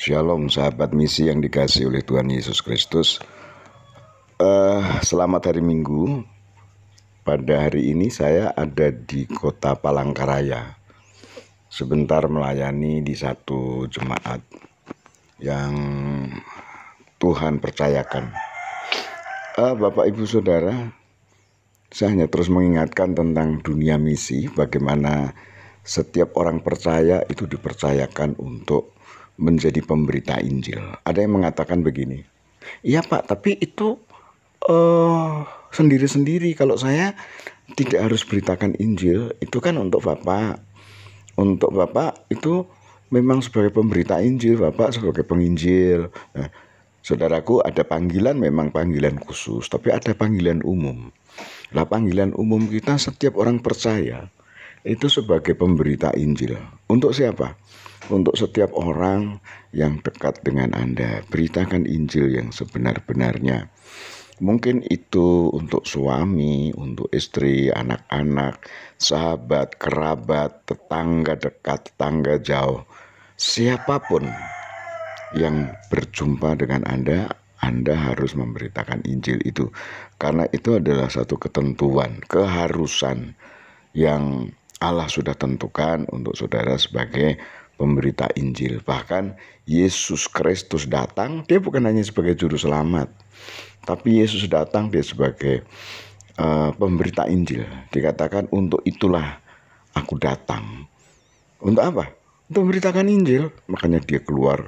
Shalom sahabat misi yang dikasihi oleh Tuhan Yesus Kristus. Selamat hari Minggu. Pada hari ini saya ada di kota Palangkaraya. Sebentar melayani di satu jemaat yang Tuhan percayakan. Bapak Ibu Saudara, saya hanya terus mengingatkan tentang dunia misi, bagaimana setiap orang percaya itu dipercayakan untuk menjadi pemberita Injil. Ada yang mengatakan begini, iya Pak, tapi itu sendiri-sendiri. Kalau saya tidak harus beritakan Injil, itu kan untuk Bapak. Untuk Bapak itu memang sebagai pemberita Injil, Bapak sebagai penginjil. Nah, saudaraku, ada panggilan, memang panggilan khusus, tapi ada panggilan umum. Nah, panggilan umum kita setiap orang percaya itu sebagai pemberita Injil. Untuk siapa? Untuk setiap orang yang dekat dengan Anda. Beritakan Injil yang sebenar-benarnya. Mungkin itu untuk suami, untuk istri, anak-anak, sahabat, kerabat, tetangga dekat, tetangga jauh. Siapapun yang berjumpa dengan Anda harus memberitakan Injil itu. Karena itu adalah satu ketentuan, keharusan yang Allah sudah tentukan untuk saudara sebagai pemberita Injil. Bahkan Yesus Kristus datang, dia bukan hanya sebagai juru selamat, tapi Yesus datang dia sebagai pemberita Injil. Dikatakan untuk itulah aku datang. Untuk apa? Untuk memberitakan Injil. Makanya dia keluar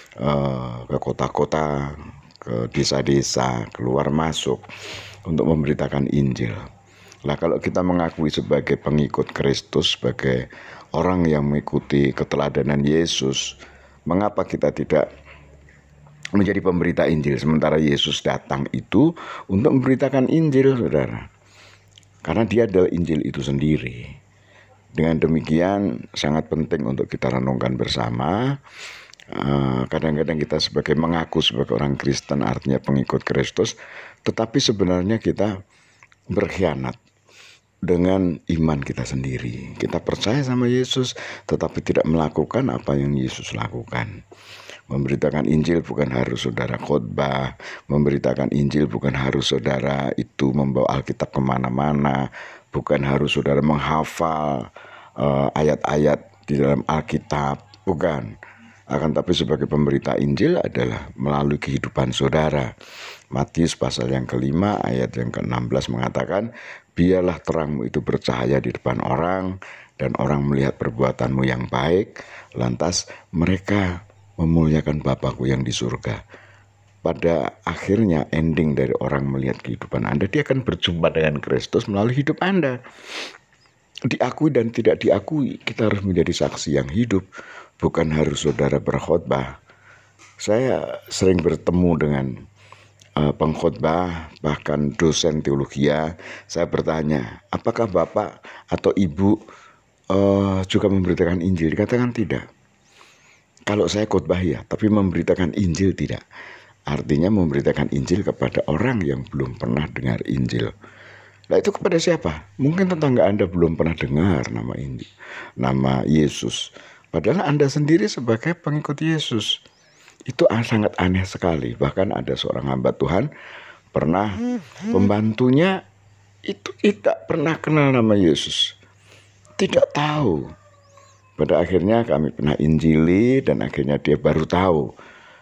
ke kota-kota, ke desa-desa, keluar masuk untuk memberitakan Injil. Nah, kalau kita mengakui sebagai pengikut Kristus, sebagai orang yang mengikuti keteladanan Yesus, mengapa kita tidak menjadi pemberita Injil? Sementara Yesus datang itu untuk memberitakan Injil, saudara. Karena dia adalah Injil itu sendiri. Dengan demikian sangat penting untuk kita renungkan bersama. Kadang-kadang kita mengaku sebagai orang Kristen, artinya pengikut Kristus, tetapi sebenarnya kita berkhianat dengan iman kita sendiri. Kita percaya sama Yesus, tetapi tidak melakukan apa yang Yesus lakukan. Memberitakan Injil bukan harus saudara khotbah. Memberitakan Injil bukan harus saudara itu membawa Alkitab kemana-mana. Bukan harus saudara menghafal ayat-ayat di dalam Alkitab. Bukan. Akan tapi sebagai pemberita Injil adalah melalui kehidupan saudara. Matius pasal yang ke-5 ayat yang ke-16 mengatakan, biarlah terangmu itu bercahaya di depan orang, dan orang melihat perbuatanmu yang baik, lantas mereka memuliakan Bapakku yang di surga. Pada akhirnya ending dari orang melihat kehidupan Anda, dia akan berjumpa dengan Kristus melalui hidup Anda. Diakui dan tidak diakui, kita harus menjadi saksi yang hidup. Bukan harus saudara berkhotbah. Saya sering bertemu dengan pengkhotbah, bahkan dosen teologi. Saya bertanya, apakah Bapak atau Ibu juga memberitakan Injil? Dikatakan tidak. Kalau saya khotbah ya, tapi memberitakan Injil tidak. Artinya memberitakan Injil kepada orang yang belum pernah dengar Injil. Nah, itu kepada siapa? Mungkin tetangga Anda belum pernah dengar nama Injil, nama Yesus. Padahal Anda sendiri sebagai pengikut Yesus. Itu sangat aneh sekali. Bahkan ada seorang hamba Tuhan pernah pembantunya itu tidak pernah kenal nama Yesus. Tidak tahu. Pada akhirnya kami pernah injili dan akhirnya dia baru tahu.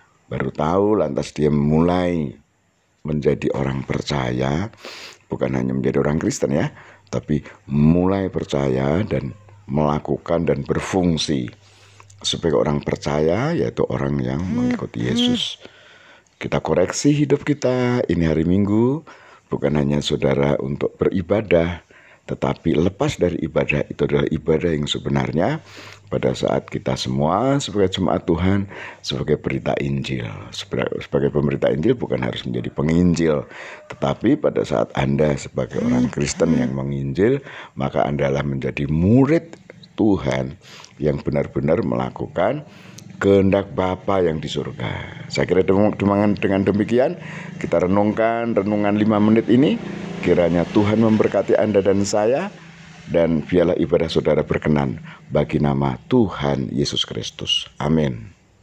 Lantas dia mulai menjadi orang percaya. Bukan hanya menjadi orang Kristen ya, tapi mulai percaya dan melakukan dan berfungsi sebagai orang percaya, yaitu orang yang mengikuti Yesus. Kita koreksi hidup kita ini hari Minggu, bukan hanya saudara untuk beribadah, tetapi lepas dari ibadah itu adalah ibadah yang sebenarnya pada saat kita semua sebagai jemaat Tuhan, sebagai berita Injil. Sebagai pemberita Injil bukan harus menjadi penginjil, tetapi pada saat Anda sebagai orang Kristen yang menginjil, maka Anda adalah menjadi murid Tuhan yang benar-benar melakukan kehendak Bapa yang di surga. Saya kira dengan demikian kita renungan 5 menit ini. Kiranya Tuhan memberkati Anda dan saya, dan biarlah ibadah saudara berkenan bagi nama Tuhan Yesus Kristus. Amin.